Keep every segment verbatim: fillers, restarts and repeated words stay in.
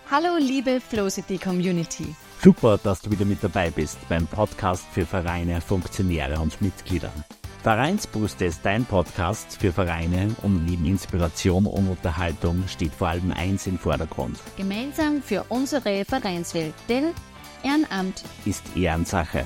Hallo liebe Flowcity Community. Super, dass du wieder mit dabei bist beim Podcast für Vereine, Funktionäre und Mitglieder. Vereinsbrust ist dein Podcast für Vereine und neben Inspiration und Unterhaltung steht vor allem eins im Vordergrund. Gemeinsam für unsere Vereinswelt, denn Ehrenamt ist Ehrensache.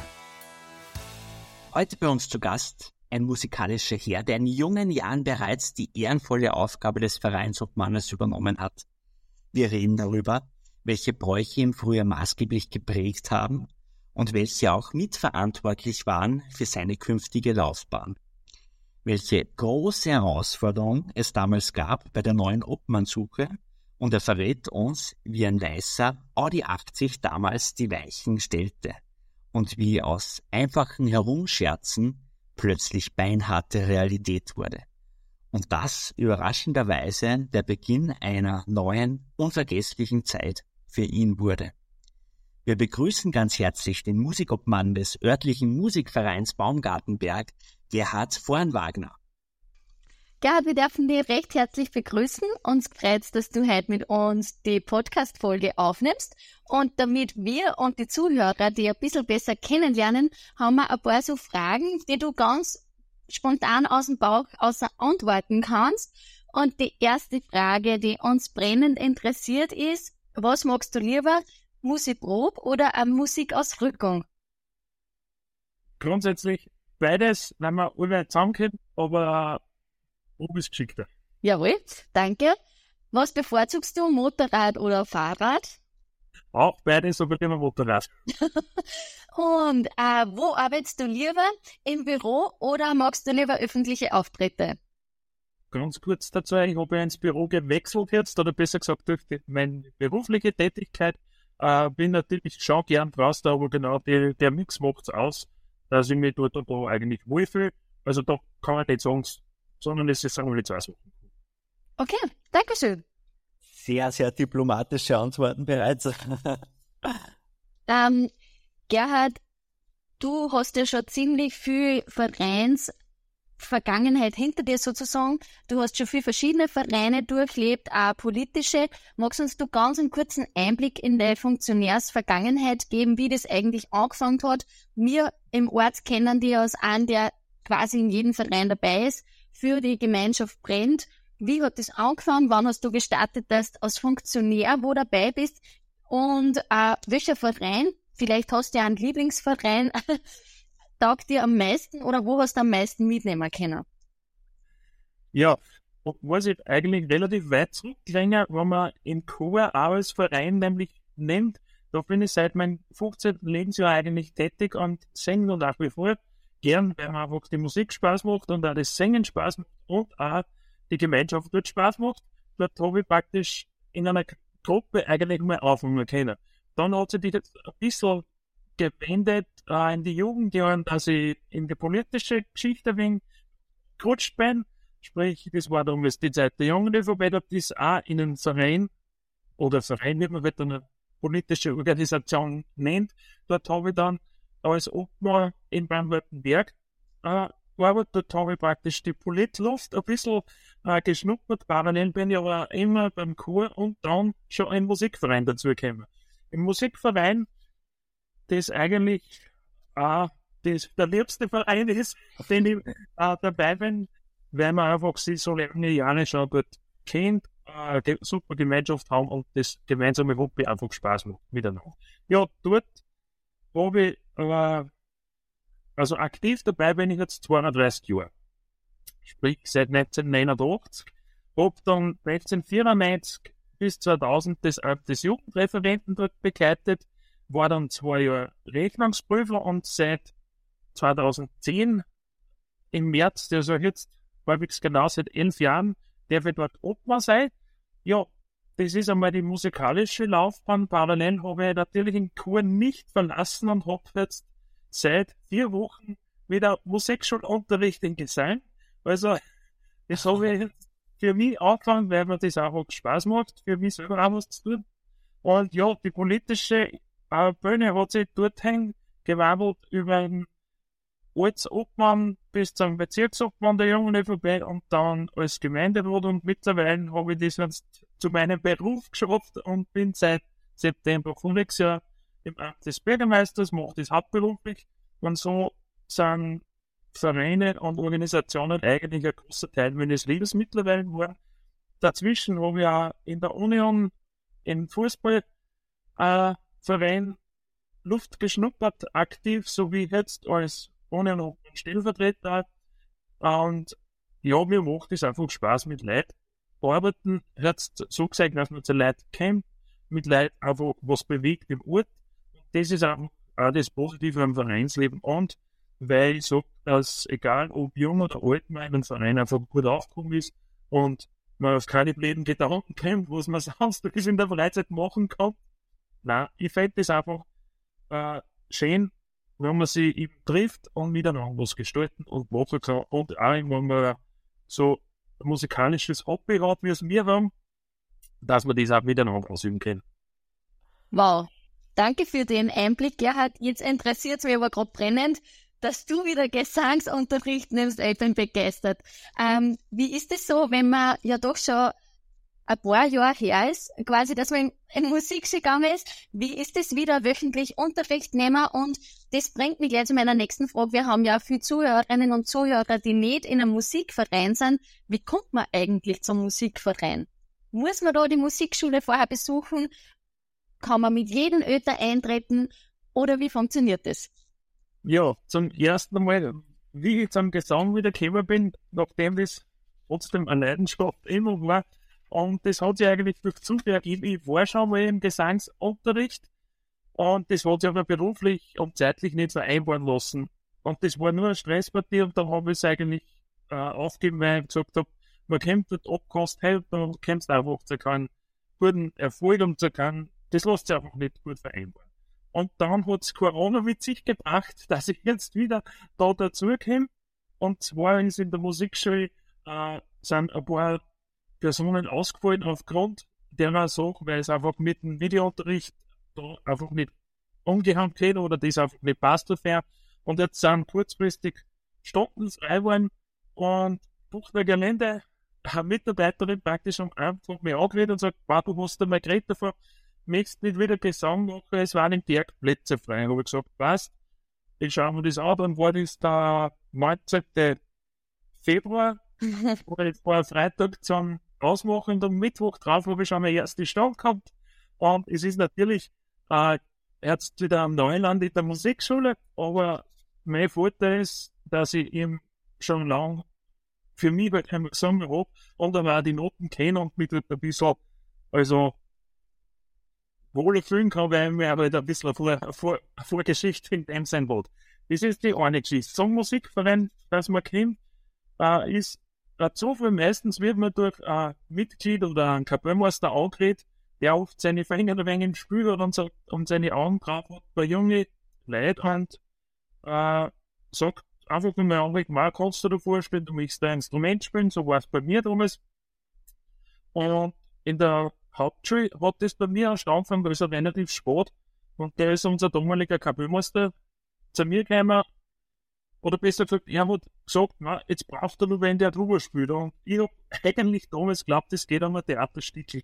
Heute bei uns zu Gast ein musikalischer Herr, der in jungen Jahren bereits die ehrenvolle Aufgabe des Vereinsobmannes übernommen hat. Wir reden darüber, welche Bräuche ihn früher maßgeblich geprägt haben und welche auch mitverantwortlich waren für seine künftige Laufbahn. Welche große Herausforderung es damals gab bei der neuen Obmannsuche, und er verrät uns, wie ein weißer Audi achtzig damals die Weichen stellte und wie aus einfachen Herumscherzen plötzlich beinharte Realität wurde. Und das überraschenderweise der Beginn einer neuen, unvergesslichen Zeit für ihn wurde. Wir begrüßen ganz herzlich den Musikobmann des örtlichen Musikvereins Baumgartenberg, Gerhard Vornwagner. Gerhard, wir dürfen dich recht herzlich begrüßen. Uns freut es, dass du heute mit uns die Podcast-Folge aufnimmst. Und damit wir und die Zuhörer dich ein bisschen besser kennenlernen, haben wir ein paar so Fragen, die du ganz spontan aus dem Bauch außer antworten kannst. Und die erste Frage, die uns brennend interessiert, ist: Was magst du lieber, Musikprobe oder eine Musikausrückung? Grundsätzlich beides, wenn man alle zusammenkommt, aber Probe ist geschickter. Jawohl, danke. Was bevorzugst du, Motorrad oder Fahrrad? Auch beides, aber immer Motorrad. Und äh, wo arbeitest du lieber? Im Büro oder magst du lieber öffentliche Auftritte? Ganz kurz dazu, ich habe ja ins Büro gewechselt jetzt, oder besser gesagt durch die, meine berufliche Tätigkeit. Äh, bin natürlich schon gern draußen, aber genau die, der Mix macht es aus, dass ich mich dort und da eigentlich wohlfühle. Also da kann man nicht sagen, sondern es ist irgendwie zwei Sachen. Okay, danke schön. Sehr, sehr diplomatische Antworten bereits. ähm, Gerhard, du hast ja schon ziemlich viel Vereinsvergangenheit hinter dir sozusagen. Du hast schon viele verschiedene Vereine durchlebt, auch politische. Magst uns du ganz einen kurzen Einblick in deine Funktionärsvergangenheit geben, wie das eigentlich angefangen hat? Wir im Ort kennen dich als einen, der quasi in jedem Verein dabei ist, für die Gemeinschaft brennt. Wie hat das angefangen? Wann hast du gestartet, dass du als Funktionär wo dabei bist? Und äh, welcher Verein, vielleicht hast du ja einen Lieblingsverein, taugt dir am meisten oder wo hast du am meisten mitnehmen können? Ja, was ich eigentlich relativ weit zurücklänge, wenn man im Chor auch als Verein nämlich nennt, da bin ich seit meinem fünfzehnten Lebensjahr eigentlich tätig und singe und nach wie vor gern, weil mir einfach die Musik Spaß macht und auch das Singen Spaß macht und auch die Gemeinschaft dort Spaß macht. Dort habe ich praktisch in einer Gruppe eigentlich mal anfangen können. Dann hat sich das ein bisschen gewendet äh, in die Jugendjahren, dass ich in die politische Geschichte ein wenig gerutscht bin. Sprich, das war damals die Zeit der Jungen ÖVP, dort ist auch in einem Verein, oder Verein, wie man halt eine politische Organisation nennt. Dort habe ich dann als Obmann in Baden-Württemberg äh, gearbeitet. Dort habe ich praktisch die Politluft ein bisschen äh, geschnuppert. Parallel bin ich aber immer beim Chor und dann schon ein Musikverein dazugekommen. Im Musikverein, das eigentlich äh, das, der liebste Verein ist, den ich äh, dabei bin, weil man einfach sie so lange Jahre schon dort kennt, äh, super Gemeinschaft haben und das gemeinsame Hobby einfach Spaß macht miteinander. Ja, dort habe ich äh, also aktiv dabei bin ich jetzt zweiunddreißig Jahre. Sprich seit neunzehnhundertneunundachtzig. Habe dann neunzehnhundertvierundneunzig bis zweitausend das Amt des Jugendreferenten dort begleitet, war dann zwei Jahre Rechnungsprüfer und seit zweitausendzehn im März, also jetzt halbwegs genau seit elf Jahren, darf ich dort Obmann sein. Ja, das ist einmal die musikalische Laufbahn. Parallel habe ich natürlich den Chor nicht verlassen und habe jetzt seit vier Wochen wieder Musikschulunterricht in Gesang. Also, das habe ich jetzt für mich angefangen, weil mir das auch Spaß macht, für mich selber auch was zu tun. Und ja, die politische äh, Bühne hat sich dorthin gewandelt über den Ortsobmann bis zum Bezirksobmann der Jungen ÖVP und dann als Gemeinderat, und mittlerweile habe ich das jetzt zu meinem Beruf geschafft und bin seit September voriges Jahr im Amt des Bürgermeisters, mache das hauptberuflich und so sind Vereine und Organisationen eigentlich ein großer Teil meines Lebens mittlerweile geworden. Dazwischen habe ich auch in der Union im Fußball äh, Verein Luft geschnuppert, aktiv, so wie jetzt als Union Stellvertreter. Und ja, mir macht es einfach Spaß mit Leuten. Arbeiten, hat so gesagt, dass man zu Leuten kennt, mit Leuten einfach was bewegt im Ort. Das ist einfach auch das Positive am Vereinsleben. Und weil ich sage, dass egal ob jung oder alt, man in einem Verein einfach gut aufgekommen ist und man auf keine blöden Gedanken kommt, was man sonst in der Freizeit machen kann. Nein, ich finde das einfach äh, schön, wenn man sich eben trifft und miteinander was gestalten und machen kann. Und auch, wenn man so ein musikalisches Hobby hat, wie es wir haben, dass man das auch miteinander ausüben kann. Wow, danke für den Einblick, Gerhard. Jetzt interessiert es mich aber gerade brennend, dass du wieder Gesangsunterricht nimmst. Ich bin begeistert. Ähm, wie ist es so, wenn man ja doch schon ein paar Jahre her ist, quasi, dass man in, in Musik gegangen ist? Wie ist es wieder wöchentlich Unterricht nehmen? Und das bringt mich gleich zu meiner nächsten Frage. Wir haben ja viele Zuhörerinnen und Zuhörer, die nicht in einem Musikverein sind. Wie kommt man eigentlich zum Musikverein? Muss man da die Musikschule vorher besuchen? Kann man mit jedem Öter eintreten? Oder wie funktioniert das? Ja, zum ersten Mal, wie ich zum Gesang wieder gekommen bin, nachdem das trotzdem eine Leidenschaft immer war, und das hat sich eigentlich durch Zufall ergeben. Ich war schon mal im Gesangsunterricht und das hat sich aber beruflich und zeitlich nicht vereinbaren lassen. Und das war nur ein Stresspartie und dann habe ich es eigentlich äh, aufgegeben, weil ich gesagt habe, man kommt dort abgekostet, hey, dann kommst du einfach zu keinen guten Erfolg und zu keinen, das lässt sich einfach nicht gut vereinbaren. Und dann hat es Corona mit sich gebracht, dass ich jetzt wieder da dazukomme. Und zwar ist in der Musikschule äh, sind ein paar Personen ausgefallen aufgrund der Sache, weil es einfach mit dem Videounterricht da einfach nicht umgehauen geht oder das einfach nicht passt dafür. Und jetzt sind kurzfristig Stunden frei geworden und Buchberger Gelände, eine Mitarbeiterin praktisch am Anfang mich angeredet und sagt, wow, du hast einmal geredet davon, möchtest nicht wieder Gesang machen, es waren im Berg Plätze frei. Habe ich gesagt, passt, ich schaue mir das an, dann war das der neunzehnten Februar, wo ich vor Freitag zum Ausmachen und am Mittwoch drauf habe ich schon meine erste Stunde gehabt. Und es ist natürlich äh, jetzt wieder am Neuland in der Musikschule, aber mein Vorteil ist, dass ich eben schon lange für mich halt einmal gesungen habe und aber auch die Noten kenne und mich halt ein bisschen, also wohl fühlen kann, weil mir aber halt ein bisschen vor, vor, Vorgeschichte in dem sein wird. Das ist die eine Geschichte. Songmusikverein, das man kennt, äh, ist äh, Zufall. Meistens wird man durch ein Mitglied oder einen Kapellmeister angeredet, der oft seine Finger ein wenig im Spiel hat und, so, und seine Augen drauf hat bei jungen Leuten und äh, sagt einfach nur mal anregt, mal kannst du da vorspielen, du möchtest ein Instrument spielen, so war es bei mir damals. Und in der Hauptschule hat das bei mir erst angefangen, also relativ spät. Und der ist unser damaliger Kapellmeister zu mir gekommen, oder besser gesagt, er hat gesagt, na, jetzt braucht er nur wen, der drüber spielt. Und ich habe eigentlich damals geglaubt, das geht um ein Theaterstückchen.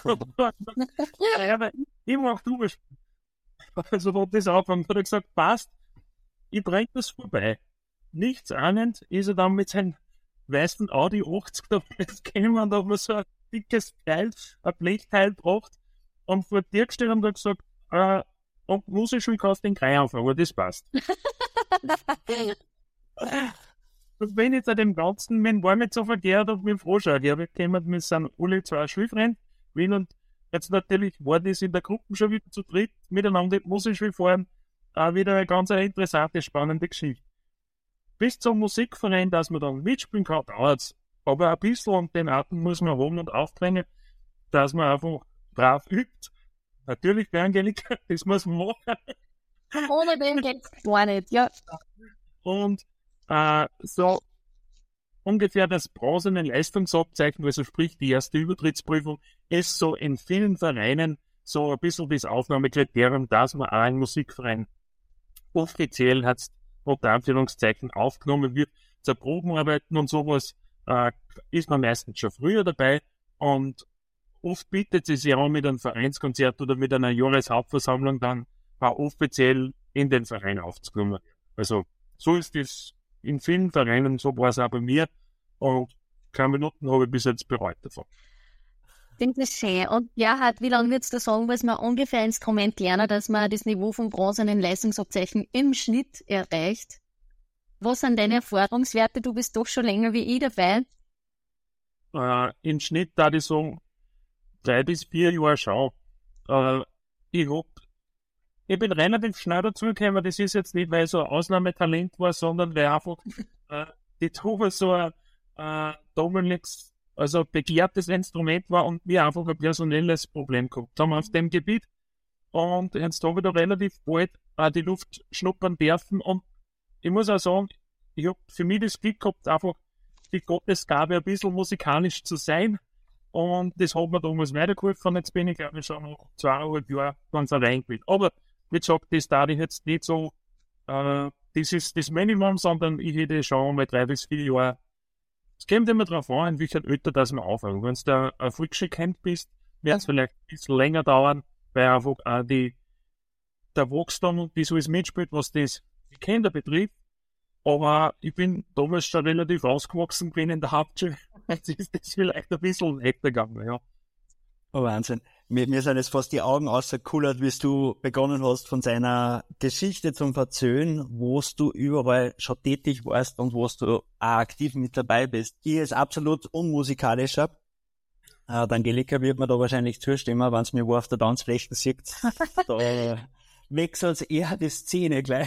Aber ich mag drüber spielen. Also hat das angefangen, hat er gesagt, passt, ich bringe das vorbei. Nichts ahnend ist er dann mit seinem weißen Audi achtzig da gekommen und hat mir so ein dickes Teil, ein Blechteil gebracht und vor dir gestellt und hat gesagt, äh, und Musikschule kannst du den Kreis anfangen, aber das passt. Und wenn jetzt an dem Ganzen, wenn war nicht so verkehrt und mit dem Frohschau, ja, wir kennen, wir sind alle zwei Schulfreunde, und jetzt natürlich war das in der Gruppe schon wieder zu dritt, miteinander in die Musikschule fahren, auch wieder eine ganz interessante, spannende Geschichte. Bis zum Musikverein, dass man dann mitspielen kann, dauert's. Aber ein bisschen und den Atem muss man haben und aufbringen, dass man einfach brav übt. Natürlich, bei Angelika, das muss man machen. Ohne den geht's gar nicht, ja. Und äh, so ungefähr das bronzene Leistungsabzeichen, also sprich die erste Übertrittsprüfung, ist so in vielen Vereinen so ein bisschen das Aufnahmekriterium, dass man auch einen Musikverein offiziell hat, unter Anführungszeichen aufgenommen wird, zur Probenarbeiten und sowas, äh, ist man meistens schon früher dabei und oft bietet es sich an mit einem Vereinskonzert oder mit einer Jahreshauptversammlung dann auch offiziell in den Verein aufzukommen. Also so ist es in vielen Vereinen, so war es auch bei mir und keine Minuten habe ich bis jetzt bereut davon. Ich finde das schön. Und Gerhard, wie lange würdest du sagen, muss man ungefähr Instrument lernen, dass man das Niveau von bronzenen Leistungsabzeichen im Schnitt erreicht? Was sind deine Erfahrungswerte? Du bist doch schon länger wie ich dabei. Äh, Im Schnitt da ich sagen, drei bis vier Jahre schon. Äh, ich hab, ich bin relativ schnell dazugekommen, das ist jetzt nicht, weil ich so ein Ausnahmetalent war, sondern weil einfach äh, die Tuba so ein äh, Dominiks, also begehrtes Instrument war und wir einfach ein personelles Problem gehabt haben auf dem Gebiet. Und jetzt habe ich da relativ bald äh, die Luft schnuppern dürfen und ich muss auch sagen, ich habe für mich das Glück gehabt, einfach die Gottesgabe ein bisschen musikalisch zu sein. Und das hat mir damals weitergeholfen. Und jetzt bin ich, glaube ich, schon noch zweieinhalb Jahre ganz allein gewesen. Aber, wie gesagt, das darf ich jetzt nicht so, äh, das ist das Minimum, sondern ich hätte schon mal drei bis vier Jahre. Es kommt immer darauf an, in welcher Alter das man aufhört. Wenn du ein Volksschulkind bist, wird es vielleicht ein bisschen länger dauern, weil einfach auch die, der Wachs dann und das alles mitspielt, was das die Kinder betrifft. Aber ich bin damals schon relativ ausgewachsen gewesen in der Hauptschule. Jetzt ist das vielleicht ein bisschen leichter gegangen, ja. Oh, Wahnsinn. Mir, mir sind jetzt fast die Augen ausgekullert, wie du begonnen hast, von seiner Geschichte zum Verzöhnen, wo du überall schon tätig warst und wo du auch aktiv mit dabei bist. Ich ist absolut unmusikalischer. Äh, die Angelika wird mir da wahrscheinlich zustimmen, wenn es mir wo auf der Tanzfläche sieht. Da wechselt eher die Szene gleich.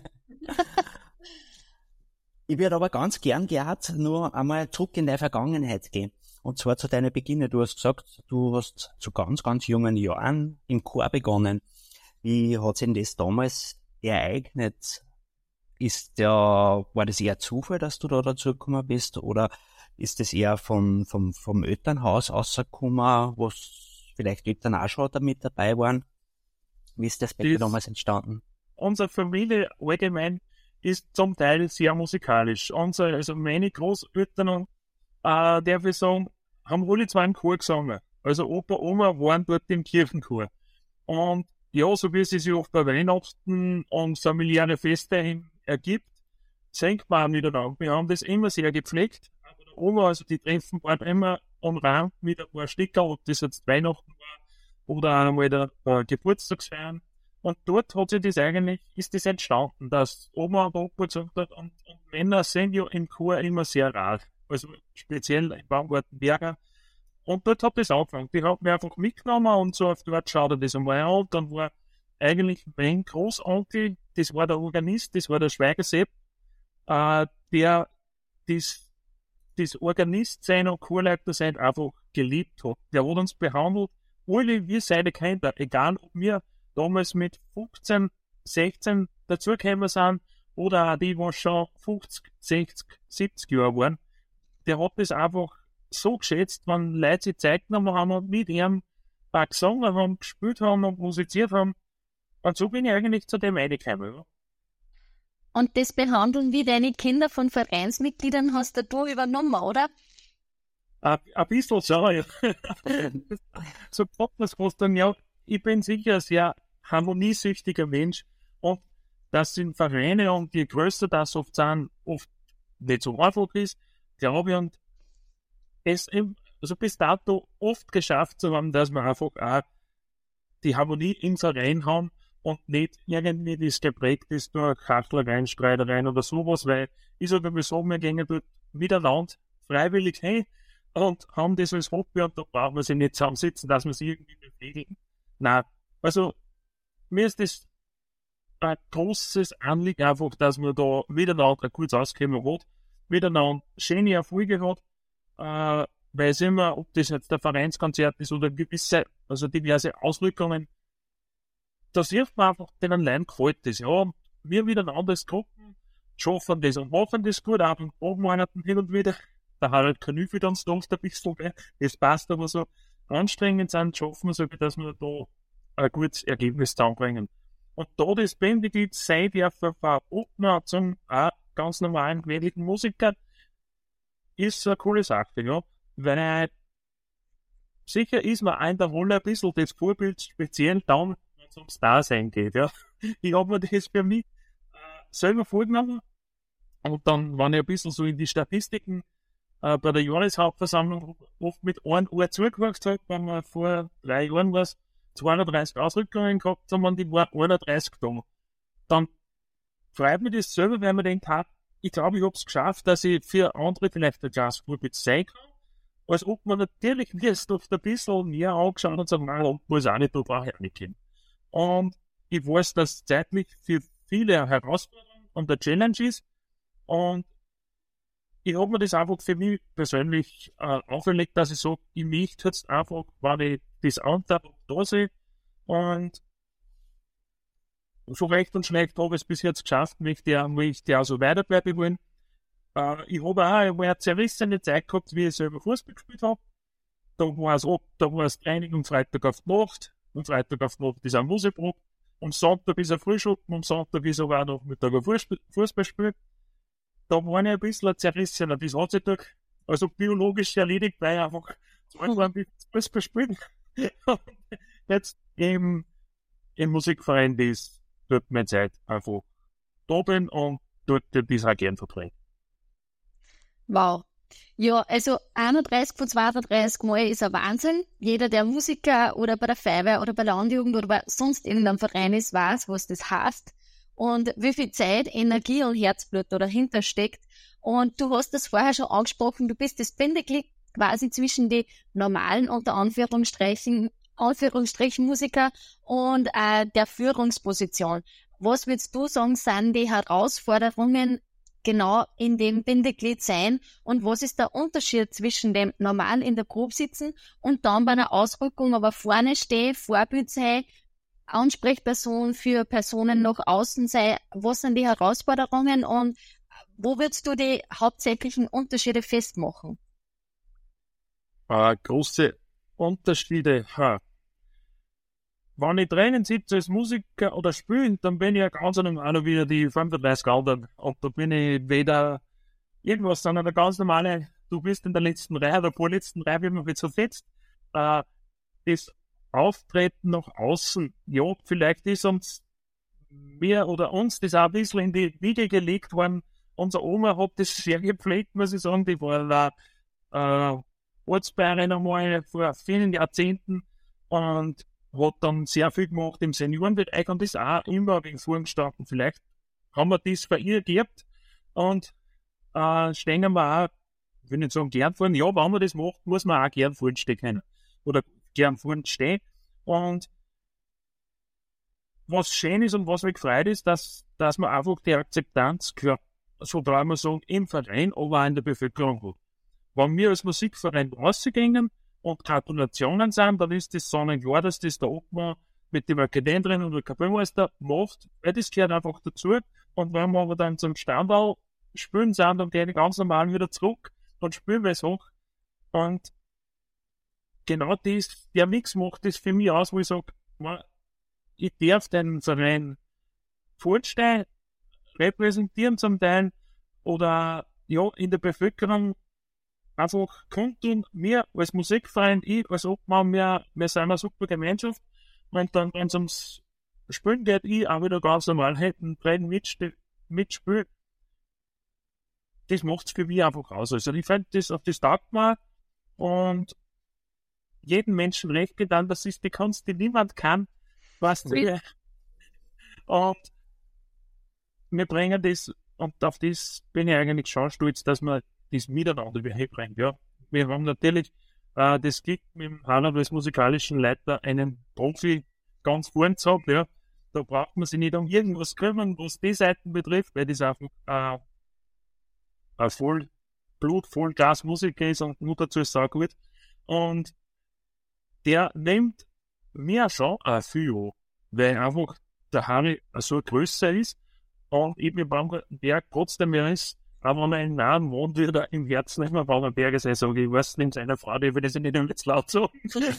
Ich würde aber ganz gern, Gerhard, nur einmal zurück in deine Vergangenheit gehen. Und zwar zu deinen Beginnen. Du hast gesagt, du hast zu ganz, ganz jungen Jahren im Chor begonnen. Wie hat sich denn das damals ereignet? Ist der, war das eher Zufall, dass du da dazu gekommen bist? Oder ist das eher vom, vom, vom Elternhaus rausgekommen, wo vielleicht Eltern auch schon damit dabei waren? Wie ist das bei dir damals entstanden? Unsere Familie allgemein ist zum Teil sehr musikalisch. Unsere, also meine Großeltern und äh, darf ich sagen, haben alle zwar im Chor gesungen. Also Opa, Oma waren dort im Kirchenchor. Und ja, so wie es sich auch bei Weihnachten und familiäre Feste hin ergibt, singt man auch miteinander. Wir haben das immer sehr gepflegt. Aber der Oma, also die Treffen waren immer umrahmt mit ein paar Sticker, ob das jetzt Weihnachten war oder einmal der äh, Geburtstagsfeiern. Und dort hat sich das eigentlich, ist das entstanden, dass Oma und Opa gesagt hat, und, und Männer sind ja im Chor immer sehr rar. Also speziell im Baumgartenberger. Und dort hat das angefangen. Die hat mich einfach mitgenommen und so auf dort schaut er das einmal an. Und dann war eigentlich mein Großonkel, das war der Organist, das war der Schweigersepp, äh, der das, das Organistsein und Chorleitersein einfach geliebt hat. Der hat uns behandelt, alle wir seine Kinder, egal ob wir damals mit fünfzehn, sechzehn dazugekommen sind oder auch die, die schon fünfzig, sechzig, siebzig Jahre waren. Der hat das einfach so geschätzt, wenn Leute sich Zeit genommen haben und mit ihm auch gesungen haben, gespielt haben und musiziert haben. Und so bin ich eigentlich zu dem reingekommen. Ja. Und das Behandeln wie deine Kinder von Vereinsmitgliedern hast du übernommen, oder? Ein, ein bisschen so, ja. So kommt das fast dann, ja. Ich bin sicher ein sehr harmoniesüchtiger Mensch und das sind Vereine und je größer das oft sind, oft nicht so einfach ist, glaube ich, und es eben, also bis dato oft geschafft zu haben, dass wir einfach auch die Harmonie im Verein haben und nicht irgendwie das geprägt ist durch Kachlereien, Streitereien oder sowas, weil ich sage immer so, wir gehen dort miteinander freiwillig hin und haben das als Hobby und da brauchen wir sie nicht zusammensitzen, dass wir sie irgendwie befriedigen. Nein, also mir ist das ein großes Anliegen einfach, dass man da miteinander kurz auskommen hat, miteinander schöne Erfolge hat, äh, weil es immer, ob das jetzt der Vereinskonzert ist oder gewisse, also diverse Ausrückungen, da sieht man einfach, den allein gefällt das, ja, und wir miteinander als Gruppen schaffen das und machen das gut, auch in Probenmonaten hin und wieder, da hat halt Kanüfe dann sonst ein bisschen, gell? Das passt, aber so anstrengend sind, schaffen wir so, dass wir da ein gutes Ergebnis zusammenbringen. Und da das Bandmitglied sein dürfen verordnen zum auch ganz normalen gewöhnlichen Musiker, ist eine coole Sache, ja. Weil sicher ist man auch in der Rolle ein bisschen das Vorbild, speziell dann, wenn es ums Dasein geht, ja. Ich habe mir das für mich äh, selber vorgenommen und dann, wenn ich ein bisschen so in die Statistiken äh, bei der Jahreshauptversammlung oft mit einem Ohr zugehört habe, wenn wir vor drei Jahren was zweiunddreißig Ausrückungen gehabt haben und die waren einunddreißig da. Dann freut mich das selber, weil man denkt, ha, ich glaube, ich habe es geschafft, dass ich für andere vielleicht ein Glas Vorbild sein kann. Als ob man natürlich jetzt oft ein bisschen mehr angeschaut und sagt, nein, muss auch nicht, da brauche ich auch nicht hin. Und ich weiß, dass zeitlich für viele eine Herausforderung und eine Challenge ist. Und ich habe mir das einfach für mich persönlich äh, auferlegt, dass ich sage, ich möchte jetzt einfach, wenn ich das Antrag da sehe und so recht und schlecht habe ich es bis jetzt geschafft, möchte ich, möchte ich auch so weiterbleiben wollen. Äh, ich habe auch einmal eine zerrissene Zeit gehabt, wie ich selber Fußball gespielt habe. Da war es ab, da war es Training am Freitag auf die Nacht, am Freitag auf die Nacht ist eine Musikprobe, am Sonntag ist ein Frühschoppen, am Sonntag ist aber auch noch mit einem Fußballspiel. Da war ich ein bisschen zerrissener. Das hat sich durch, also biologisch erledigt, weil ich einfach zwei war mit Fußball spielen. Jetzt im, im Musikverein, das dort meine Zeit einfach da bin und dort das auch gern verbringe. Wow. Ja, also einunddreißig von zweiunddreißig Mal ist ein Wahnsinn. Jeder, der Musiker oder bei der Feuerwehr oder bei der Landjugend oder bei sonst irgendeinem Verein ist, weiß, was das heißt und wie viel Zeit, Energie und Herzblut da dahinter steckt. Und du hast das vorher schon angesprochen, du bist das Bindeglied quasi zwischen die normalen, unter Anführungsstrichen, Anführungsstrichen Musiker und äh, der Führungsposition. Was würdest du sagen, sind die Herausforderungen genau in dem Bindeglied sein und was ist der Unterschied zwischen dem normal in der Probe sitzen und dann bei einer Ausrückung aber vorne stehen, Vorbild sein, Ansprechperson für Personen nach außen sein? Was sind die Herausforderungen und wo würdest du die hauptsächlichen Unterschiede festmachen? Äh, große Unterschiede. Ha. Wenn ich drinnen sitze als Musiker oder spiele, dann bin ich ja ganz normal wie die fünfunddreißig anderen. Und da bin ich weder irgendwas, sondern eine ganz normale, du bist in der letzten Reihe, der vorletzten Reihe, wie man jetzt so fetzt. Äh, das Auftreten nach außen, ja, vielleicht ist uns mir oder uns das auch ein bisschen in die Wiege gelegt worden. Unsere Oma hat das sehr gepflegt, muss ich sagen. Die war äh, Ortsbäuerin einmal vor vielen Jahrzehnten und hat dann sehr viel gemacht im Seniorenbereich und ist auch immer wegen vorgestanden. Vielleicht haben wir das bei ihr gehabt und äh, stehen wir auch, ich will nicht sagen gern vorn, ja, wenn man das macht, muss man auch gern vorn stehen können. Oder gern vorn stehen. Und was schön ist und was mich gefreut ist, dass, dass man einfach die Akzeptanz gehört, so darf man sagen, im Verein, aber auch in der Bevölkerung hat. Wenn wir als Musikverein rausgehen und Gratulationen sind, dann ist das sonnenklar, dass das der Obmann mit dem Akademierin oder Kapellmeister macht, weil das gehört einfach dazu. Und wenn wir aber dann zum Standbau spielen sind, dann gehen die ganz normal wieder zurück und spielen wir es hoch. Und genau das, der Mix macht das für mich aus, wo ich sage, ich darf den Verein vorstellen, repräsentieren zum Teil oder ja, in der Bevölkerung einfach kundtun, wir als Musikverein, ich als Obmann, wir, wir sind eine super Gemeinschaft. Und dann, wenn es ums Spielen geht, ich auch wieder ganz normal hätten, drin mitspielen. Das macht es für mich einfach aus. Also ich finde, das, auf das taugt mir und jedem Menschen recht getan, das ist die Kunst, die niemand kann, was du. Und wir bringen das, und auf das bin ich eigentlich schon stolz, dass wir das miteinander herbringen. Ja. Wir haben natürlich äh, das Glück mit dem Harald als musikalischen Leiter einen Profi ganz vorn zu haben. Ja. Da braucht man sich nicht um irgendwas kümmern, was die Seiten betrifft, weil das einfach äh, ein voll Blut, voll Gas Musiker ist und nur dazu ist auch gut. Und der nimmt mir schon auch viel an, weil einfach der Harry so größer ist und ich mit Baumgartenberg trotzdem mehr ist, aber wenn man einen Namen wohnt, wird er im Herzen nicht mehr Baumgartenberger sein, sage ich, ich weiß nicht, seiner Frau, die will das nicht jetzt laut sagen.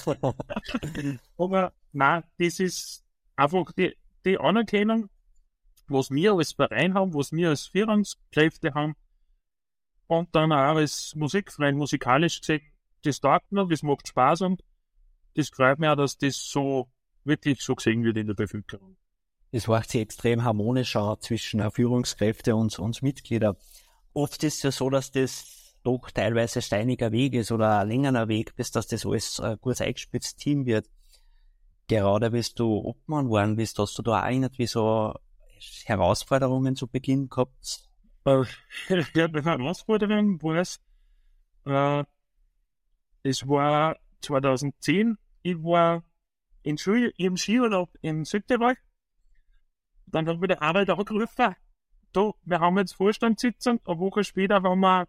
Aber nein, das ist einfach die, die Anerkennung, was wir als Verein haben, was wir als Führungskräfte haben und dann auch als Musikverein musikalisch gesehen, das taugt mir, das macht Spaß und das freut mich auch, dass das so wirklich so gesehen wird in der Bevölkerung. Das macht sich extrem harmonisch auch zwischen Führungskräfte und uns Mitglieder. Oft ist es ja so, dass das doch teilweise steiniger Weg ist oder ein längerer Weg, bis dass das alles ein gut eingespitztes Team wird. Gerade bist du Obmann geworden bist, hast du da auch irgendwie so Herausforderungen zu Beginn gehabt? Äh, ja, die Herausforderung war es, äh, es war zweitausendzehn, ich war in Schul im Skiurlaub in Südtirol. Dann hat mir der Arbeit angerufen, du, wir haben jetzt Vorstandssitzung, eine Woche später waren wir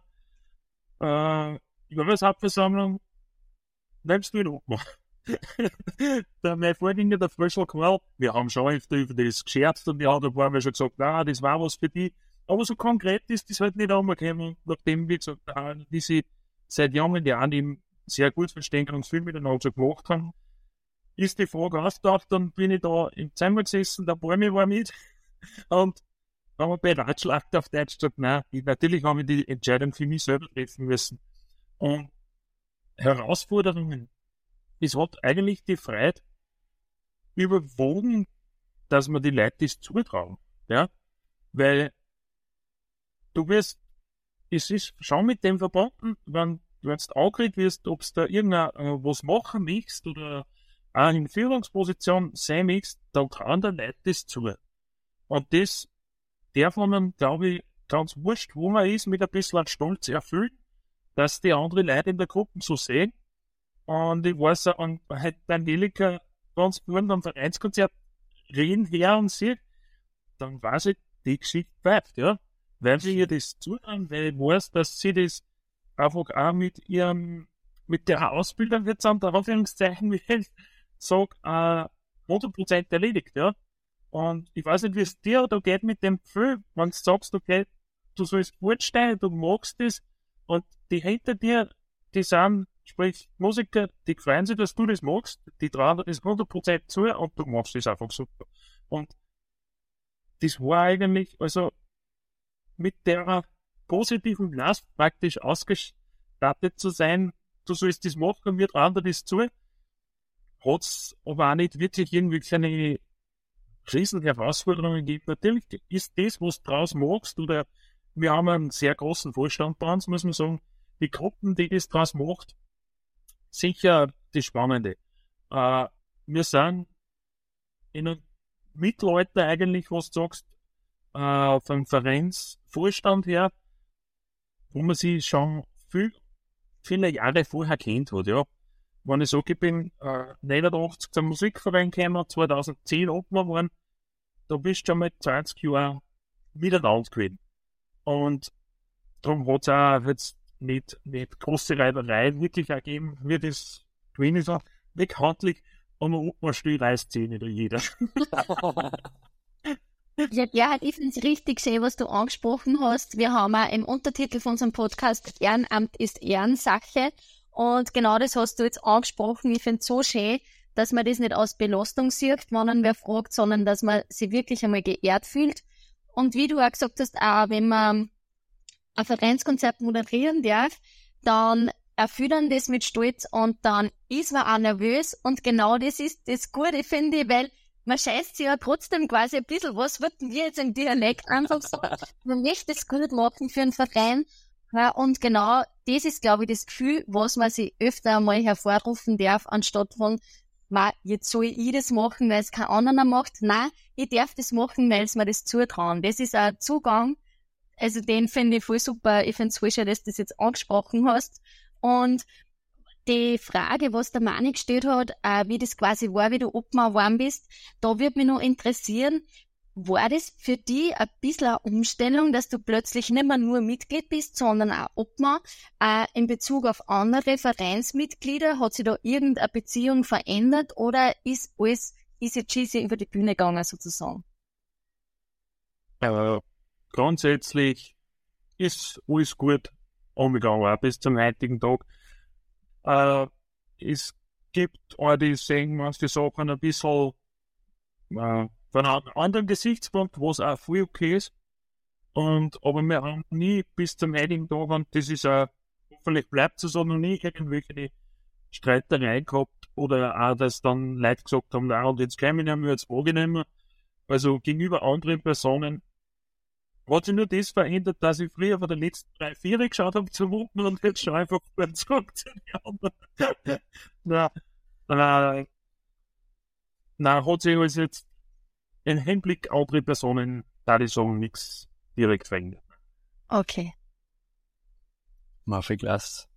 äh, Jahreshauptversammlung, nimmst du ihn Obmann? der, mein Vorgänger, der Fröschel Karl, wir haben schon öfter über das gescherzt und die hat ein paar Mal schon gesagt, na, das war was für die. Aber so konkret ist das halt nicht angekommen, nachdem, wie gesagt, auch diese seit jungen Jahren eben sehr gut verstehen und viel miteinander so gemacht haben, ist die Frage aufgetaucht, dann bin ich da im Zimmer gesessen, der Bäume war mit und haben wir bei Ratschlag auf Deutsch gesagt, nein, ich, natürlich habe ich die Entscheidung für mich selber treffen müssen. Und Herausforderungen, es hat eigentlich die Freiheit überwogen, dass man die Leute das zutrauen, ja, weil du wirst, es ist schon mit dem verbunden, wenn du jetzt angeregt wirst, ob du da irgendwas äh, was machen möchtest oder auch in Führungsposition sein möchtest, dann trauen der Leute das zu. Und das darf man, glaube ich, ganz wurscht, wo man ist, mit ein bisschen Stolz erfüllen, dass die anderen Leute in der Gruppe so sehen. Und ich weiß auch, an halt bei Angelika ganz gut am Vereinskonzert reden her und sieht, dann weiß ich, die Geschichte bleibt, ja. Weil sie ihr das zuhören, weil ich weiß, dass sie das einfach auch mit ihrem, mit der Ausbildung jetzt an der Anführungszeichen, wie ich sage, äh, hundert Prozent erledigt, ja. Und ich weiß nicht, wie es dir da geht mit dem Gefühl, wenn du sagst, okay, du sollst gut stehen, du magst das, und die hinter dir, die sind, sprich Musiker, die freuen sich, dass du das magst, die trauen dir das hundert Prozent zu und du machst das einfach super. Und das war eigentlich, also mit der positiven Last praktisch ausgestattet zu sein, du sollst das machen, wir trauen dir das zu, hat's aber auch nicht wirklich irgendwie keine riesen Herausforderungen gegeben. Natürlich ist das, was du draus magst, oder wir haben einen sehr großen Vorstand bei uns, muss man sagen, die Gruppen, die das draus macht, sicher das Spannende. Äh, wir sind in einem Mittelalter eigentlich, was du sagst, äh, vom Vereinsvorstand her, wo man sich schon viel, viele Jahre vorher kennt hat, ja. Wenn ich sage, ich bin äh, neunundachtzig zum Musikverein gekommen, zweitausendzehn Obmann geworden, da bist du schon mal zwanzig Jahre miteinander gewesen. Und darum hat es auch jetzt nicht, nicht große Reibereien wirklich ergeben, wie das gewesen ist. Bekanntlich, aber Obmann-Stil reißt sich nicht jeder. Ja, Gerhard, ich finde es richtig schön, was du angesprochen hast. Wir haben auch im Untertitel von unserem Podcast Ehrenamt ist Ehrensache. Und genau das hast du jetzt angesprochen. Ich finde es so schön, dass man das nicht aus Belastung sieht, wenn man wer fragt, sondern dass man sich wirklich einmal geehrt fühlt. Und wie du auch gesagt hast, auch wenn man ein Vereinskonzert moderieren darf, dann erfüllt man das mit Stolz und dann ist man auch nervös. Und genau das ist das Gute, finde ich, weil man scheißt sich ja trotzdem quasi ein bisschen, was würden wir jetzt im Dialekt einfach so, man möchte es gut machen für einen Verein. Ja, und genau das ist, glaube ich, das Gefühl, was man sich öfter einmal hervorrufen darf, anstatt von, ma, jetzt soll ich das machen, weil es kein anderer macht. Nein, ich darf das machen, weil es mir das zutrauen. Das ist ein Zugang, also den finde ich voll super. Ich finde es voll schön, dass du das jetzt angesprochen hast. Und die Frage, was der Mani gestellt hat, äh, wie das quasi war, wie du Obmann geworden bist, da würde mich noch interessieren, war das für dich ein bisschen eine Umstellung, dass du plötzlich nicht mehr nur Mitglied bist, sondern auch Obmann, äh, in Bezug auf andere Vereinsmitglieder? Hat sich da irgendeine Beziehung verändert oder ist alles easy cheesy über die Bühne gegangen sozusagen? Äh, grundsätzlich ist alles gut umgegangen, auch bis zum heutigen Tag. Äh, es gibt auch die sehen manche Sachen ein bisschen äh, von einem anderen Gesichtspunkt, was auch voll okay ist. Und, aber wir haben nie bis zum heutigen Tag, und das ist auch, hoffentlich bleibt es so, noch nie irgendwelche Streitereien gehabt, oder auch, dass dann Leute gesagt haben, na, und jetzt kann ich nicht mehr, jetzt mag ich nicht mehr. Also gegenüber anderen Personen hat sich nur das verändert, dass ich früher von den letzten drei, vier geschaut habe zum Wuppen und jetzt schon einfach gut zurück zu den anderen. na, na, na, hat sich also jetzt im Hinblick auf andere Personen, da ich sagen, nichts direkt verändert. Okay. Maffiglas.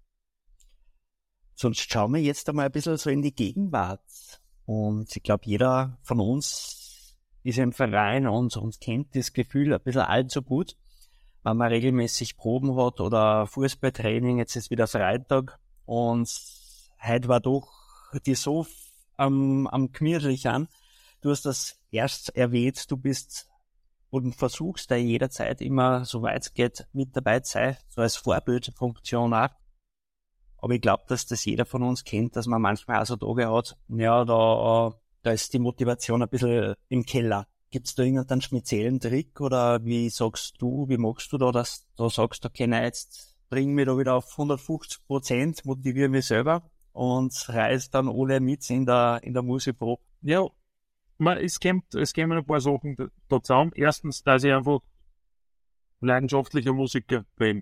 Sonst schauen wir jetzt einmal ein bisschen so in die Gegenwart. Und ich glaube, jeder von uns ist im Verein und, und kennt das Gefühl ein bisschen allzu gut, wenn man regelmäßig Proben hat oder Fußballtraining. Jetzt ist wieder Freitag und heute war doch die so am, am gemütlich an. Du hast das erst erwähnt, du bist und versuchst da jederzeit immer, soweit es geht, mit dabei zu sein, so als Vorbildfunktion auch. Aber ich glaube, dass das jeder von uns kennt, dass man manchmal auch so Tage hat, ja, da, da ist die Motivation ein bisschen im Keller. Gibt's da irgendeinen speziellen Trick oder wie sagst du, wie magst du da, dass du sagst, okay, nein, jetzt bring mich da wieder auf hundertfünfzig Prozent, motiviere mich selber und reiß dann alle mit in der, in der Musikprobe? Ja, man, es kommt, es kommen ein paar Sachen da, da zusammen. Erstens, dass ich einfach leidenschaftlicher Musiker bin.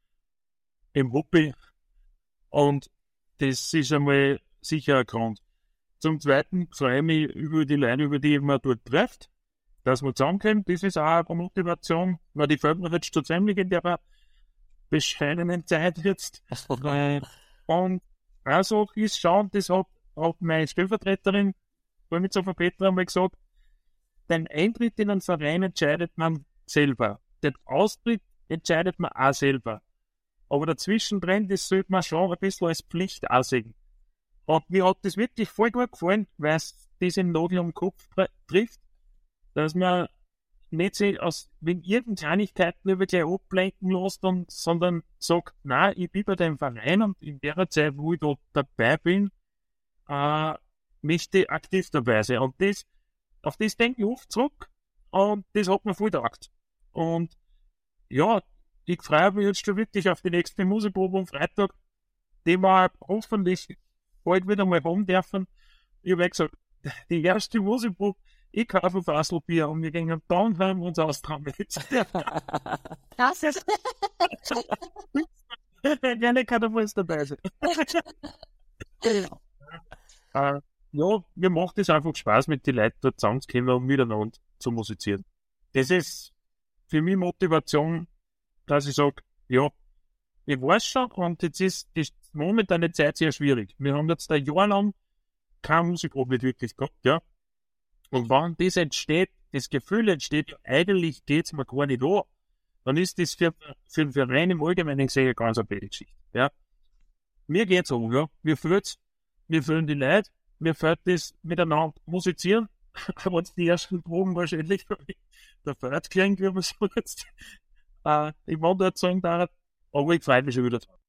Im Hobby. Und das ist einmal sicher ein Grund. Zum Zweiten freue ich mich über die Leute, über die man dort trifft, dass wir zusammenkommen. Das ist auch eine Motivation, weil die fällt mir jetzt so ziemlich in der bescheidenen Zeit jetzt. Und also ist schauen, das hat, hat meine Stellvertreterin, Vollmitzofer Petra, einmal gesagt, den Eintritt in einen Verein entscheidet man selber. Den Austritt entscheidet man auch selber. Aber dazwischen drin, das sollte man schon ein bisschen als Pflicht aussehen. Und mir hat das wirklich voll gut gefallen, weil es diesen Nagel am Kopf trifft, dass man nicht sich aus, wegen irgendeinen Kleinigkeiten über gleich ablenken lässt, und, sondern sagt, nein, ich bin bei dem Verein und in der Zeit, wo ich da dabei bin, äh, möchte ich aktiv dabei sein. Und das, auf das denke ich oft zurück und das hat mir voll getaugt. Und ja, ich freue mich jetzt schon wirklich auf die nächste Musikprobe am Freitag, die wir hoffentlich bald wieder mal haben dürfen. Ich habe ja gesagt, die erste Musikprobe, ich kaufe ein Fasselbier und wir gehen dann heim uns austragen. Das ist... Gerne kann er wohl dabei sein. äh, ja, mir macht es einfach Spaß, mit den Leuten dort zusammenzukommen und miteinander zu musizieren. Das ist für mich Motivation, dass ich sage, ja, ich weiß schon, und jetzt ist die momentane Zeit sehr schwierig. Wir haben jetzt ein Jahr lang keine Musikprobe nicht wirklich gehabt, ja. Und wenn das entsteht, das Gefühl entsteht, ja, eigentlich geht's mir gar nicht an, dann ist das für, für den Verein im Allgemeinen gesehen eine ganz eine blöde Geschichte, ja. Mir geht's um, ja. Mir fühlt's, mir fühlen die Leute, mir fällt das miteinander musizieren, aber die ersten Proben wahrscheinlich der Fahrt klingt, wie man so jetzt, äh, ich wollte dort sagen, da, aber ich freue mich schon wieder drauf.